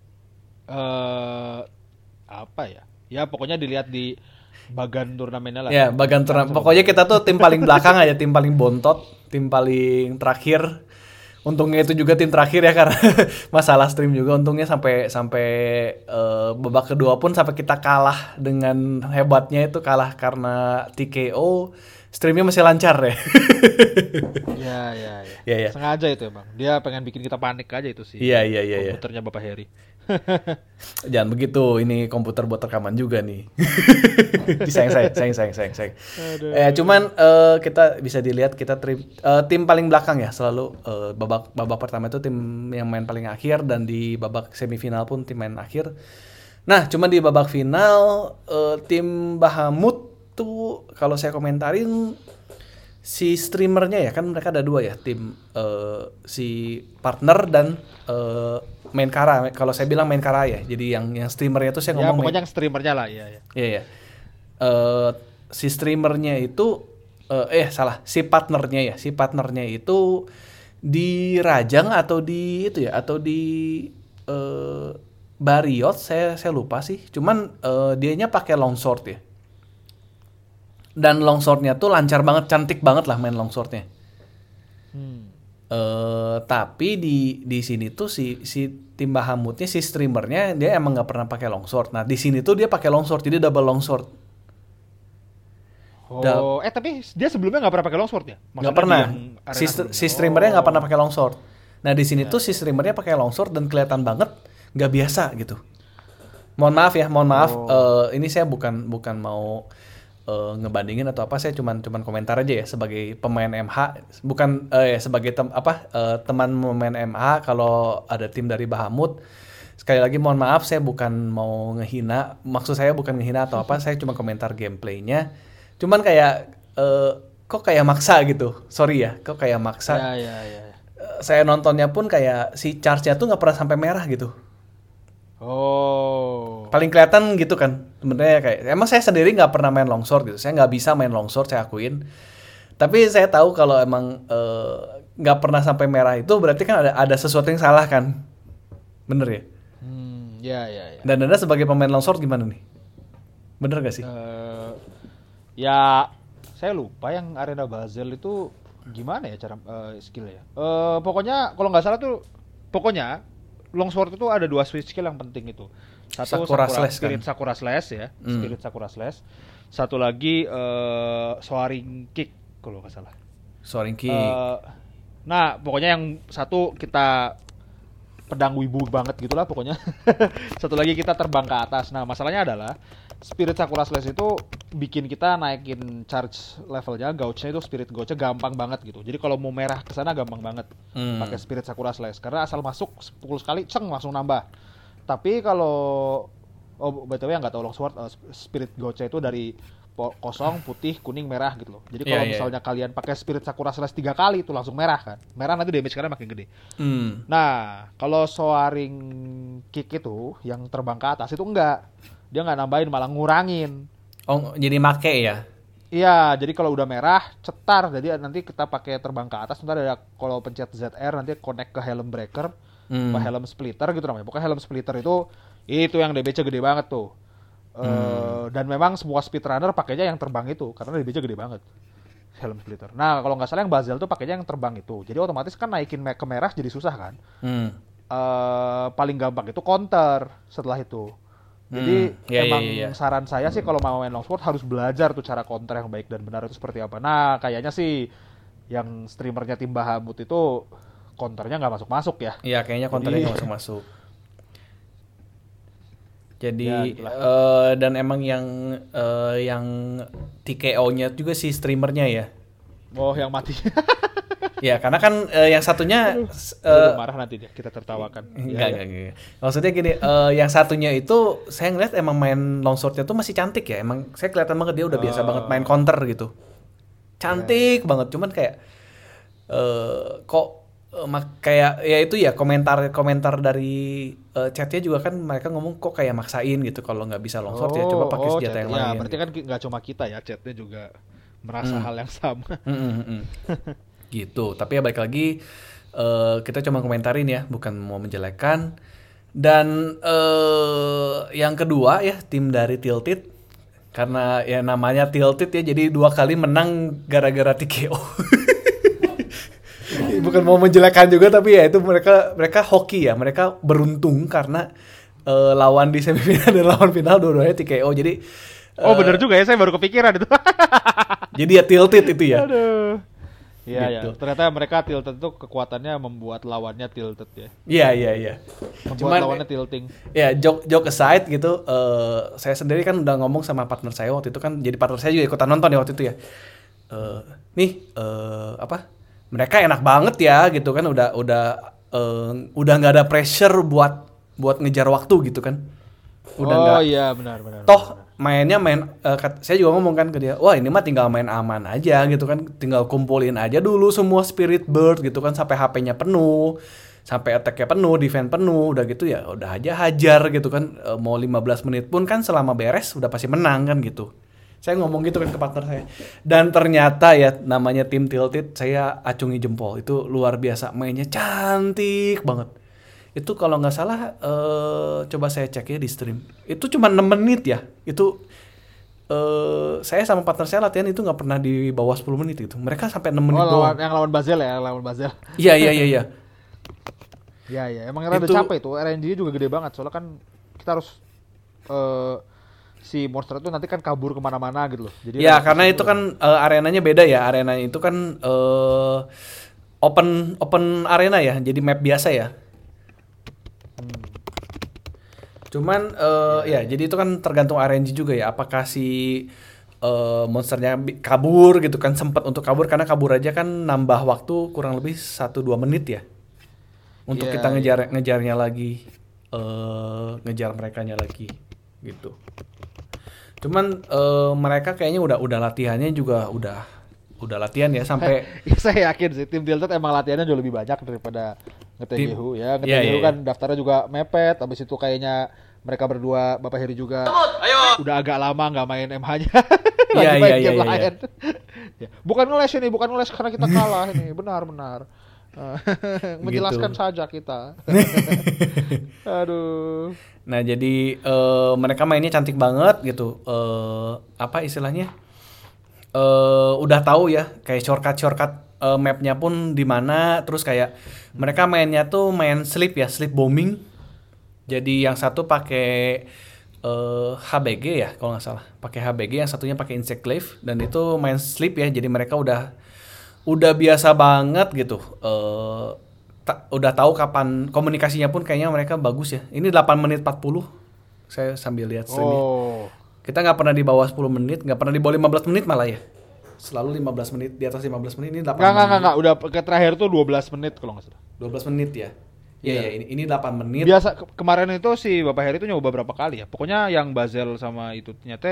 Eh apa ya? Ya pokoknya dilihat di bagan turnamennya lah. Ya, bagian turnamen. Pokoknya kita tuh tim paling belakang aja, tim paling bontot, tim paling terakhir. Untungnya itu juga tim terakhir ya karena masalah stream juga. Untungnya sampai sampai uh, babak kedua pun sampai kita kalah dengan hebatnya itu, kalah karena T K O. Streamnya masih lancar ya. Ya, ya, ya. Ya, ya. Sengaja itu emang. Dia pengen bikin kita panik aja itu sih. Iya, iya, iya, iya. Komputernya Bapak Heri. Jangan begitu, ini komputer buat rekaman juga nih. sayang, sayang, sayang, sayang, sayang, sayang. Eh, cuman eh, kita bisa dilihat kita tri- eh, tim paling belakang ya selalu. eh, babak babak pertama itu tim yang main paling akhir dan di babak semifinal pun tim main akhir. Nah, cuman di babak final eh, tim Bahamut tuh kalau saya komentarin si streamernya ya, kan mereka ada dua ya, tim eh, si partner dan eh, main kara. Kalau saya bilang main kara ya. Jadi yang yang streamernya itu saya Ya ngomong pokoknya main, yang streamernya lah, iya ya. iya ya. Eh, si streamernya itu eh, eh salah, si partnernya ya. Si partnernya itu di Rajang atau di itu ya, atau di eh, Bariot, saya saya lupa sih. Cuman eh, dianya pakai longsword ya. Dan longswordnya tuh lancar banget, cantik banget lah main longswordnya. Hmm. Eh tapi di di sini tuh si si tim Bahamutnya, si streamernya dia emang nggak pernah pakai longsword. Nah di sini tuh dia pakai longsword, jadi double longsword. Oh, eh tapi dia sebelumnya nggak pernah pakai longsword ya? Nggak Maksudnya pernah. di yang arena Si, sebelumnya? si streamernya nggak Oh. pernah pakai longsword. Nah di sini tuh si streamernya pakai longsword dan kelihatan banget nggak biasa gitu. Mohon maaf ya, mohon maaf. Oh. Eh, ini saya bukan bukan mau uh, ngebandingin atau apa, saya cuman cuman komentar aja ya sebagai pemain M H, bukan eh, ya sebagai tem, apa uh, teman pemain M H kalau ada tim dari Bahamut. Sekali lagi mohon maaf, saya bukan mau ngehina, maksud saya bukan ngehina atau apa, saya cuma komentar gameplaynya. Cuman kayak uh, kok kayak maksa gitu, sorry ya, kok kayak maksa. Ya, ya, ya. Uh, saya nontonnya pun kayak si charge-nya tuh nggak pernah sampai merah gitu. Oh. Paling kelihatan gitu kan sebenarnya, kayak emang saya sendiri nggak pernah main longsword gitu, saya nggak bisa main longsword, saya akuin. Tapi saya tahu kalau emang nggak uh, pernah sampai merah itu berarti kan ada ada sesuatu yang salah kan, bener ya? Hmm, ya ya ya. Dan Anda sebagai pemain longsword gimana nih, bener gak sih? Uh, ya saya lupa yang Arena Basel itu gimana ya cara uh, skillnya. Uh, pokoknya kalau nggak salah tuh, pokoknya longsword itu ada dua switch skill yang penting itu. Satu Sakura Sakura, Slash Spirit kan? Sakura Slash ya, Hmm. Spirit Sakura Slash. Satu lagi uh, Soaring Kick kalau nggak salah. Soaring Kick. Uh, nah, pokoknya yang satu kita pedang wibu banget gitulah pokoknya. Satu lagi kita terbang ke atas. Nah, masalahnya adalah Spirit Sakura Slash itu bikin kita naikin charge levelnya, gauge-nya itu Spirit gauge-nya gampang banget gitu. Jadi kalau mau merah ke sana gampang banget Hmm. pakai Spirit Sakura Slash karena asal masuk pukul sekali ceng langsung nambah. Tapi kalau oh B T W yang nggak tahu longsword, uh, Spirit gauge-nya itu dari po- kosong, putih, kuning, merah gitu loh. Jadi kalau Iya, iya. misalnya kalian pakai Spirit Sakura Slash tiga kali itu langsung merah kan. Merah nanti damage kalian makin gede. Hmm. Nah, kalau Soaring Kick itu yang terbang ke atas itu enggak. Dia nggak nambahin, malah ngurangin. Oh, jadi make ya? Iya, jadi kalau udah merah, cetar. Jadi nanti kita pakai terbang ke atas, ntar ada kalau pencet Z R nanti connect ke Helm Breaker, Hmm. apa Helm Splitter gitu namanya. Pokoknya Helm Splitter itu itu yang D B C gede banget tuh. Hmm. Eh, dan memang semua speedrunner pakainya yang terbang itu karena D B C gede banget. Helm Splitter. Nah, kalau nggak salah yang Basel tuh pakainya yang terbang itu. Jadi otomatis kan naikin me- ke merah jadi susah kan. Hmm. Eh, paling gampang itu counter setelah itu. Jadi Hmm, iya, emang iya, iya. saran saya sih kalau mau main longsword harus belajar tuh cara counter yang baik dan benar itu seperti apa. Nah, kayaknya sih yang streamernya tim Bahamut itu counternya nggak masuk-masuk ya. Iya, kayaknya kontennya nggak masuk-masuk. Jadi Ya, itulah. eh, dan emang yang eh, yang T K O-nya juga si streamernya ya. Oh, yang mati. Ya, karena kan eh, yang satunya Dia eh, udah marah nanti dia kita tertawakan. enggak, Ya, ya. enggak, enggak. Maksudnya gini, eh, yang satunya itu saya ngeliat emang main longswordnya tuh masih cantik ya. Emang saya kelihatan banget dia udah biasa Oh. banget main counter gitu. Cantik banget, cuman kayak eh kok eh, mak- kayak ya itu ya komentar-komentar dari eh, chatnya juga kan mereka ngomong kok kayak maksain gitu kalau nggak bisa longsword ya coba pakai oh, senjata chat- yang ya, lain. berarti kan ki- nggak cuma kita ya, chatnya juga merasa Hmm. hal yang sama. Mm, mm, mm. Gitu. Tapi ya balik lagi eh, kita cuma komentarin ya, bukan mau menjelekkan. Dan eh yang kedua ya tim dari Tilted, karena ya namanya Tilted ya, jadi dua kali menang gara-gara T K O. Bukan mau menjelekkan juga, tapi ya itu mereka mereka hoki ya, mereka beruntung karena eh, lawan di semifinal dan lawan final dua-duanya T K O. Jadi Oh, eh, bener juga ya, saya baru kepikiran itu. jadi ya Tilted itu ya. Aduh. Iya Gitu. ya, ternyata mereka tilted tuh kekuatannya membuat lawannya tilted ya. Iya iya iya. Membuat Cuman lawannya tilting. ya joke joke aside gitu, eh, saya sendiri kan udah ngomong sama partner saya waktu itu kan, jadi partner saya juga ikutan nonton ya waktu itu ya. Eh, nih eh, apa? Mereka enak banget ya gitu kan, udah udah eh, udah nggak ada pressure buat buat ngejar waktu gitu kan. Udah oh nggak. iya benar benar. Toh mainnya main eh, kat- saya juga ngomong kan ke dia, wah ini mah tinggal main aman aja gitu kan, tinggal kumpulin aja dulu semua spirit bird gitu kan sampai H P-nya penuh, sampai attack-nya penuh, defense penuh, udah gitu ya udah aja hajar gitu kan. Eh, mau lima belas menit pun kan selama beres udah pasti menang kan gitu. Saya ngomong gitu kan ke partner saya. Dan ternyata ya namanya tim Tilted, saya acungi jempol, itu luar biasa, mainnya cantik banget. Itu kalau nggak salah eh, coba saya cek ya di stream. Itu cuma enam menit ya. Itu eh, saya sama partner saya latihan itu nggak pernah di bawah sepuluh menit gitu. Mereka sampai enam Oh, menit lawan, doang. yang lawan Basel ya, yang lawan Basel. Iya iya iya iya. Iya iya, emang rada Itu- capek itu. R N G juga gede banget. Soalnya kan kita harus eh si monster itu nanti kan kabur kemana-mana gitu loh. Jadi Ya rada karena susah itu juga. kan eh, arenanya beda ya. Arenanya itu kan eh, open open arena ya. Jadi map biasa ya. Cuman eh, ya jadi itu kan tergantung R N G juga ya. Apakah si uh, monsternya bi- kabur gitu kan, sempat untuk kabur karena kabur aja kan nambah waktu kurang lebih satu dua menit ya untuk Iya, kita iya. ngejar ngejarnya lagi, uh, ngejar merekanya lagi gitu. Cuman uh, mereka kayaknya udah udah latihannya juga udah udah latihan ya sampai Ya, saya yakin sih tim Tilted emang latihannya jauh lebih banyak daripada Tim- nge-T G H ya. Iya, Nge-T G H iya, kan iya. daftarnya juga mepet, habis itu kayaknya mereka berdua Bapak Heri juga udah agak lama nggak main M H-nya. Lagi Iya, main iya, iya, game iya, lain. Ya. Bukan ngeles ini, bukan ngeles karena kita kalah ini, benar-benar. Menjelaskan Gitu. saja kita. Aduh. Nah jadi eh, mereka mainnya cantik banget gitu. Eh, apa istilahnya? Eh, udah tahu ya kayak shortcut shortcut eh, mapnya pun di mana. Terus kayak mereka mainnya tuh main sleep ya, sleep bombing. Jadi yang satu pakai eh, H B G ya kalau nggak salah, pakai H B G, yang satunya pakai Insect Glaive dan itu main sleep ya. Jadi mereka udah udah biasa banget gitu. Eh, ta- udah tahu kapan komunikasinya pun kayaknya mereka bagus ya. Ini delapan menit empat puluh. Saya sambil lihat streamnya. Oh. Kita nggak pernah di bawah sepuluh menit, nggak pernah di bawah lima belas menit malah ya. Selalu lima belas menit, di atas lima belas menit. Ini delapan Enggak, enggak, menit. enggak, udah ke terakhir tuh dua belas menit kalau nggak salah. dua belas menit ya. Iya Iya. ya, ini ini delapan menit. Biasa ke- kemarin itu si Bapak Heri itu nyoba berapa kali ya. Pokoknya yang Bazel sama itu ternyata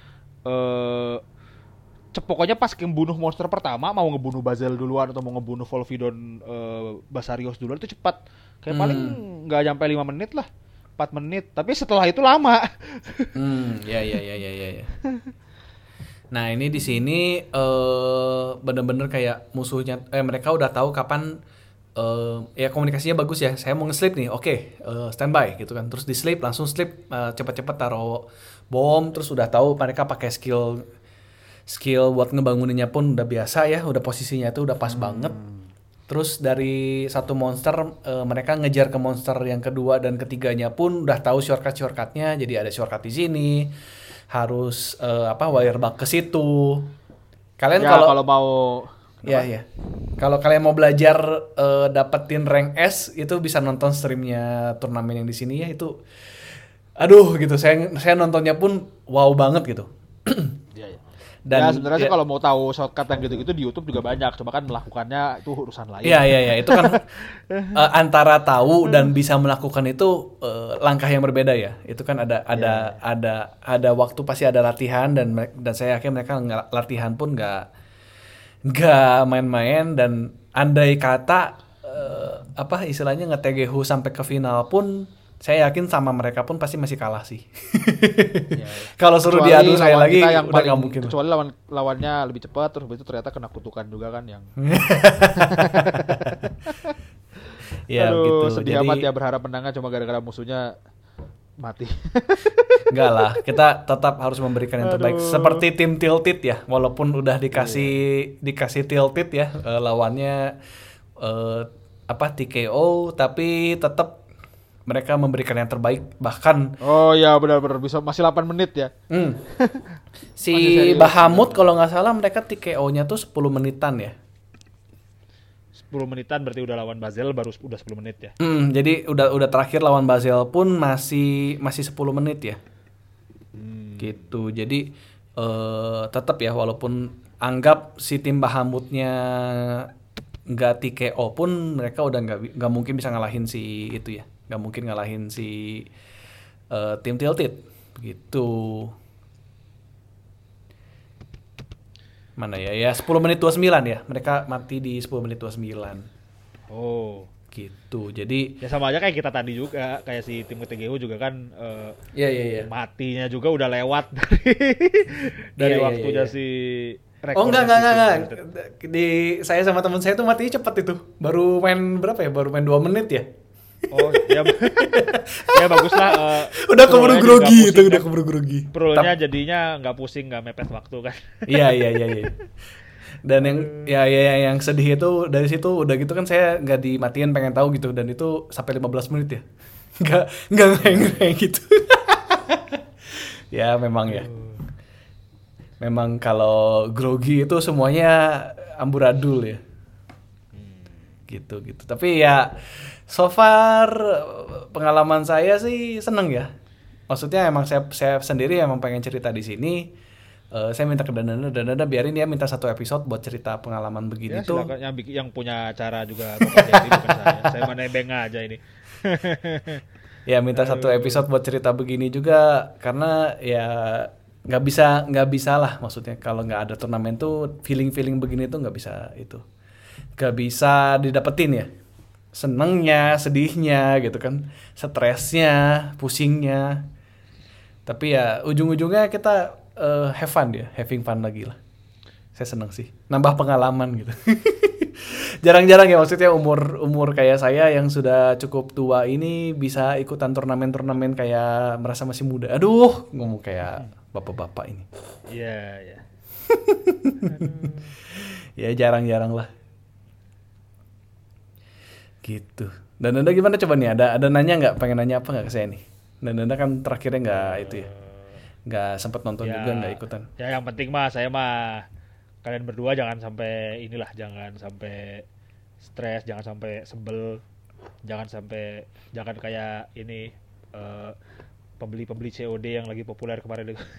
eh cep- pokoknya pas ngebunuh monster pertama mau ngebunuh Bazel duluan atau mau ngebunuh Volvidon eh, Basarios duluan itu cepat. Kayak paling Hmm. nggak nyampe lima menit lah. empat menit. Tapi setelah itu lama. Hmm, ya ya ya ya ya ya. Nah, ini di sini eh bener-bener kayak musuhnya eh mereka udah tahu kapan eh ya komunikasinya bagus ya. Saya mau nge-sleep nih. Oke, eh, standby gitu kan. Terus di sleep langsung sleep, eh, cepet-cepet taruh bom, terus udah tahu mereka pakai skill skill buat ngebanguninnya pun udah biasa ya, udah posisinya itu udah pas banget. Terus dari satu monster eh, mereka ngejar ke monster yang kedua dan ketiganya pun udah tahu shortcut shortcutnya. Jadi ada shortcut di sini, harus eh, apa wire bug ke situ. Kalian Ya kalau kalau mau ya ya kalau kalian mau belajar eh, dapetin rank S itu bisa nonton streamnya turnamen yang di sini ya itu. Aduh gitu, saya saya nontonnya pun wow banget gitu. ya, ya. Dan ya sebenarnya sih ya- kalau mau tahu shortcut yang gitu-gitu di YouTube juga banyak. Cuma kan melakukannya itu urusan lain. Iya iya iya itu kan eh, antara tahu dan bisa melakukan itu eh, langkah yang berbeda ya. Itu kan ada ada ada ada waktu pasti ada latihan dan me- dan saya yakin mereka nggak latihan pun nggak nggak main-main dan andai kata eh, apa istilahnya nge-T G H sampai ke final pun saya yakin sama mereka pun pasti masih kalah sih. Ya, ya. Kalau suruh Kecuali diadu saya lawan lagi kita yang udah paling nggak mungkin. kecuali lawan lawannya lebih cepat terus habis itu ternyata kena kutukan juga kan yang Ya aduh, gitu. sedih Jadi amat ya berharap menangnya cuma gara-gara musuhnya mati. enggak lah, kita tetap harus memberikan yang terbaik. Aduh. Seperti tim Tilted ya, walaupun udah dikasih dikasih Tilted ya, eh, lawannya eh, apa T K O, tapi tetap mereka memberikan yang terbaik. Bahkan Oh iya benar-benar bisa masih delapan menit ya. hmm, si Masih serius, Bahamut kalau nggak salah mereka T K O-nya tuh sepuluh menitan ya. sepuluh menitan berarti udah lawan Basel baru udah sepuluh menit ya. Hmm, jadi udah udah terakhir lawan Basel pun masih masih sepuluh menit ya. Hmm. Gitu. Jadi eh tetap ya walaupun anggap si tim Bahamutnya nggak T K O pun mereka udah nggak bi- nggak mungkin bisa ngalahin si itu ya. Nggak mungkin ngalahin si eh, tim Tilted. Begitu. Mana ya? Ya sepuluh menit dua puluh sembilan ya. Mereka mati di sepuluh menit dua puluh sembilan. Oh. Gitu. Jadi Ya sama aja kayak kita tadi juga kayak si tim T G O juga kan eh, ya ya ya. matinya juga udah lewat dari dari Iya, iya, waktunya iya, iya. si Oh rekornya enggak si enggak enggak, tim enggak. Tilted. Di saya sama teman saya tuh matinya cepet itu. Baru main berapa ya? Baru main dua menit ya. Oh ya, ya bagus lah. eh, Udah pro-nya keburu juga grogi pusing itu, udah kan. keburu grogi. Pro-nya jadinya nggak pusing nggak mepet waktu kan. Iya iya iya iya. Dan yang ya, ya ya, yang sedih itu dari situ udah gitu kan saya nggak dimatiin pengen tahu gitu dan itu sampai lima belas menit ya. Nggak nggak kayak gitu. Ya memang ya. Memang kalau grogi itu semuanya amburadul ya. Gitu gitu. Tapi ya so far pengalaman saya sih seneng ya. Maksudnya emang saya saya sendiri emang pengen cerita di sini. Uh, saya minta ke Dandanda, Dandanda biarin dia minta satu episode buat cerita pengalaman begini Ya tuh. silakan, yang, bik- yang punya acara juga Bapak Jadi bukan saya. Saya mah nebeng aja ini. Ya minta satu episode buat cerita begini juga karena ya nggak bisa nggak bisa lah maksudnya kalau nggak ada turnamen tuh feeling feeling begini tuh nggak bisa itu nggak bisa didapetin ya, senengnya sedihnya gitu kan, stresnya pusingnya, tapi ya ujung-ujungnya kita uh, have fun ya, having fun lagi lah. Saya seneng sih nambah pengalaman gitu. Jarang-jarang ya maksudnya umur umur kayak saya yang sudah cukup tua ini bisa ikutan turnamen-turnamen kayak merasa masih muda. Aduh, ngomong kayak bapak-bapak ini. Iya, iya. Ya jarang-jarang lah. Gitu. Dan Anda gimana coba nih? Ada ada nanya nggak? Pengen nanya apa nggak ke saya nih? Dan Anda kan terakhirnya nggak itu ya? Nggak sempat nonton Ya, juga, nggak ikutan. ya yang penting mah saya mah kalian berdua jangan sampai inilah, jangan sampai stres, jangan sampai sebel, jangan sampai jangan kayak ini eh, pembeli-pembeli C O D yang lagi populer kemarin itu.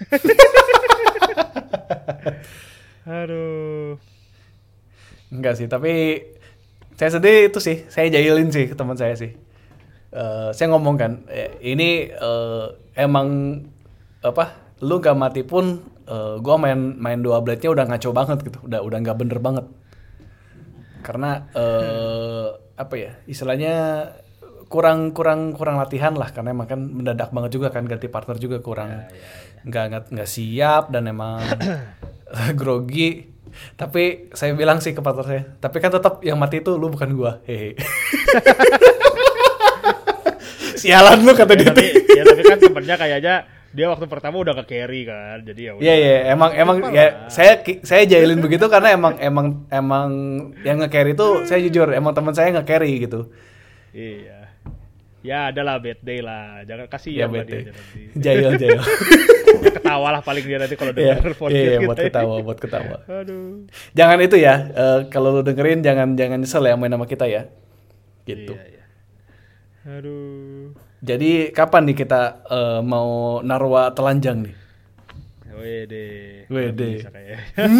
Aduh. Enggak sih, tapi saya sedih itu sih. Saya jahilin sih ke teman saya sih. Eh, saya ngomong kan, eh, ini eh, emang apa? Lu gak mati pun, eh, gua main main dua blade-nya udah ngaco banget gitu. Udah udah nggak bener banget. Karena eh, apa ya? Istilahnya kurang kurang kurang latihan lah karena emang kan mendadak banget juga kan, ganti partner juga kurang nggak nggak nggak siap dan emang grogi. Tapi saya bilang sih ke partner saya, tapi kan tetap yang mati itu lu bukan gua, hehe. Sialan lu kata Ya, dia. tapi, ya tapi kan temennya kayaknya dia waktu pertama udah nge-carry kan, jadi ya udah. Iya iya, emang emang ya saya saya jahilin begitu karena emang emang emang yang nge-carry itu saya jujur emang teman saya nge-carry gitu. Iya. Ya adalah bad day lah, jangan kasih Ya ya bete. dia aja nanti. Jahil jahil. Ya, ketawa lah paling dia nanti kalau Iya denger podcast iya kita buat ini. ketawa buat ketawa. Aduh. Jangan itu ya, eh, kalau lu dengerin jangan jangan nyesel ya main sama kita ya. Gitu. Iya, iya. Aduh. Jadi kapan nih kita eh, mau narwa telanjang nih? Wede. Wede. Nggak bisa kayaknya.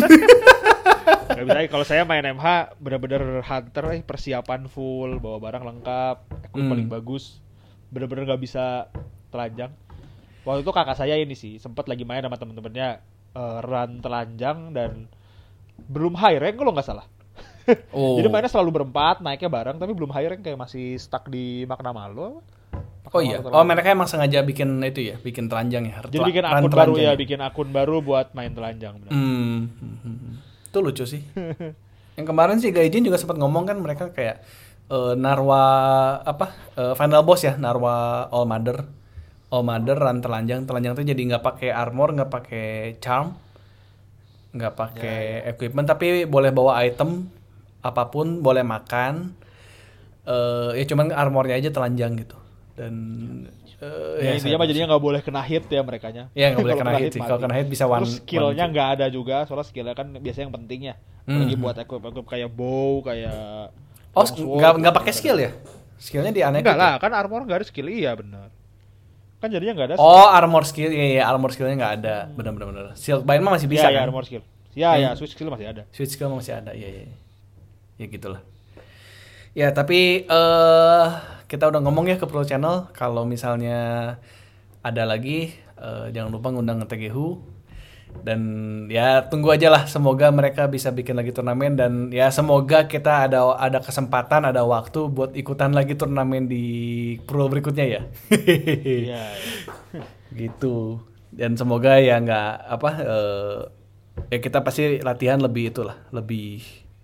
Gak bisa, kalau saya main M H bener-bener hunter, eh, persiapan full, bawa barang lengkap, equip Hmm. paling bagus, bener-bener gak bisa telanjang. Waktu itu kakak saya ini sih sempat lagi main sama temen-temennya eh, run telanjang dan belum high rank kalau nggak salah. Oh. Jadi mainnya selalu berempat, naiknya bareng, tapi belum high rank, kayak masih stuck di Makna Malu. Oh iya. Oh mereka emang sengaja bikin itu ya, bikin telanjang ya. Jadi bikin Run akun baru telanjang ya, bikin akun baru buat main telanjang. Bener. Hmm. hmm, hmm. Itu lucu sih. Yang kemarin sih Gaijin juga sempat ngomong kan mereka kayak eh, Narwa apa eh, final boss ya, Narwa All Mother. All Mother run telanjang, telanjang tuh jadi nggak pakai armor, nggak pakai charm, nggak pakai equipment, tapi boleh bawa item apapun, boleh makan. Eh ya cuman armornya aja telanjang gitu. Dan eh, Ya, intinya mah jadinya nggak boleh kena hit ya merekanya. Ya nggak boleh Kalau kena hit sih. mati. Kalau kena hit bisa one. Terus skillnya one- nggak ada juga, soalnya skillnya kan biasanya yang penting ya. Apalagi buat equip-equip kayak bow, kayak Oh, longsword, nggak nggak gitu. pakai skill ya? Skillnya di aneh. Enggak lah, kan armor nggak ada skill, iya benar. Kan jadinya nggak ada. Oh, armor skill. Iya, iya, armor skillnya nggak ada. Benar-benar benar. Silkbind mah masih bisa ya, ya, kan? armor skill. Ya, ya, switch skill masih ada. Switch skill masih ada. Iya, iya. Ya gitulah. Ya, tapi eh kita udah ngomong ya ke Pro Channel kalau misalnya ada lagi eh, jangan lupa ngundang T G H U. Dan ya tunggu aja lah, semoga mereka bisa bikin lagi turnamen dan ya semoga kita ada ada kesempatan, ada waktu buat ikutan lagi turnamen di Pro berikutnya ya. Iya. Ya. Gitu. Dan semoga ya nggak apa eh, ya kita pasti latihan lebih itulah, lebih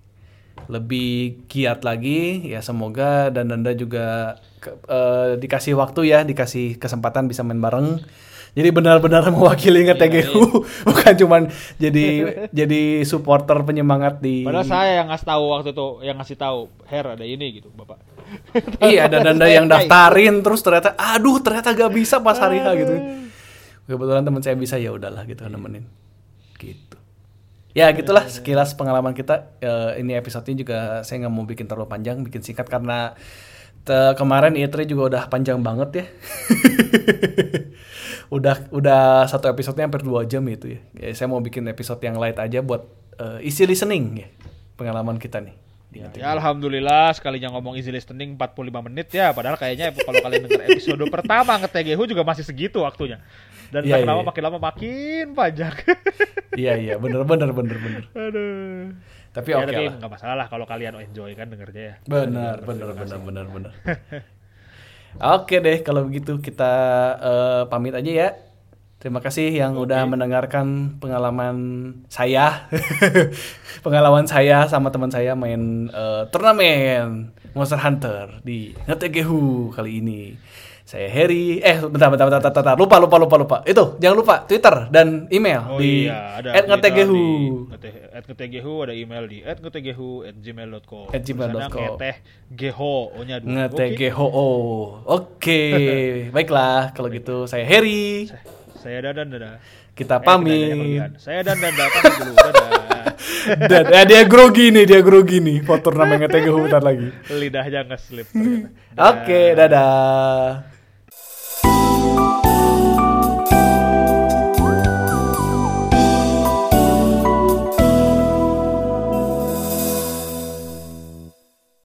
lebih giat lagi ya, semoga dan Nanda juga ke, eh, dikasih waktu ya, dikasih kesempatan bisa main bareng. Jadi benar-benar mewakili nge-T G H U, bukan cuman jadi jadi supporter penyemangat di. Padahal saya yang ngasih tahu waktu itu, yang ngasih tahu, Her ada ini gitu, Bapak. Iya, ada Nanda yang daftarin terus ternyata aduh ternyata gak bisa pas hari H gitu. Kebetulan teman saya bisa, ya udahlah gitu nemenin. Gitu. Ya gitulah sekilas pengalaman kita. Eh, ini episode ini juga saya nggak mau bikin terlalu panjang, bikin singkat karena te- kemarin E tiga juga udah panjang banget ya. udah udah satu episodenya hampir dua jam itu ya. Ya, saya mau bikin episode yang light aja buat uh, easy listening ya. Pengalaman kita nih. Ya, ya alhamdulillah sekalinya ngomong easy listening empat puluh lima menit ya. Padahal kayaknya kalau kalian denger episode pertama nge-T G H U juga masih segitu waktunya. Dan Iya, makin lama iya. makin lama makin panjang. Iya iya bener bener bener bener. Aduh. Tapi Ya oke tapi lah. nggak masalah lah kalau kalian enjoy kan dengernya ya. Benar, Terima benar, kasih. benar, benar, benar. Oke deh, kalau begitu kita eh, pamit aja ya. Terima kasih yang Oke. udah mendengarkan pengalaman saya, pengalaman saya sama teman saya main eh, turnamen Monster Hunter di nge-T G H U kali ini. Saya Harry, eh bentar, bentar, bentar, bentar, bentar, lupa, lupa, lupa, lupa. Itu jangan lupa Twitter dan email Oh di iya, ada at nge T G H U. at nge T G H U, ada email di at nge T G H U at gmail dot com. at gmail dot com. Ngeteh geho O-nya dua. nge-T G H O. Oke, baiklah kalau gitu saya Harry. Saya Dadan, dadah. Kita Eh, pamit. tidak ada kelebihan. Saya dan dan pamit dulu. Dadah. Dan eh, dia grogi nih, dia grogi nih. Foto namanya nge T G H U bentar lagi. Lidahnya nge-slip ternyata. Oke, dadah.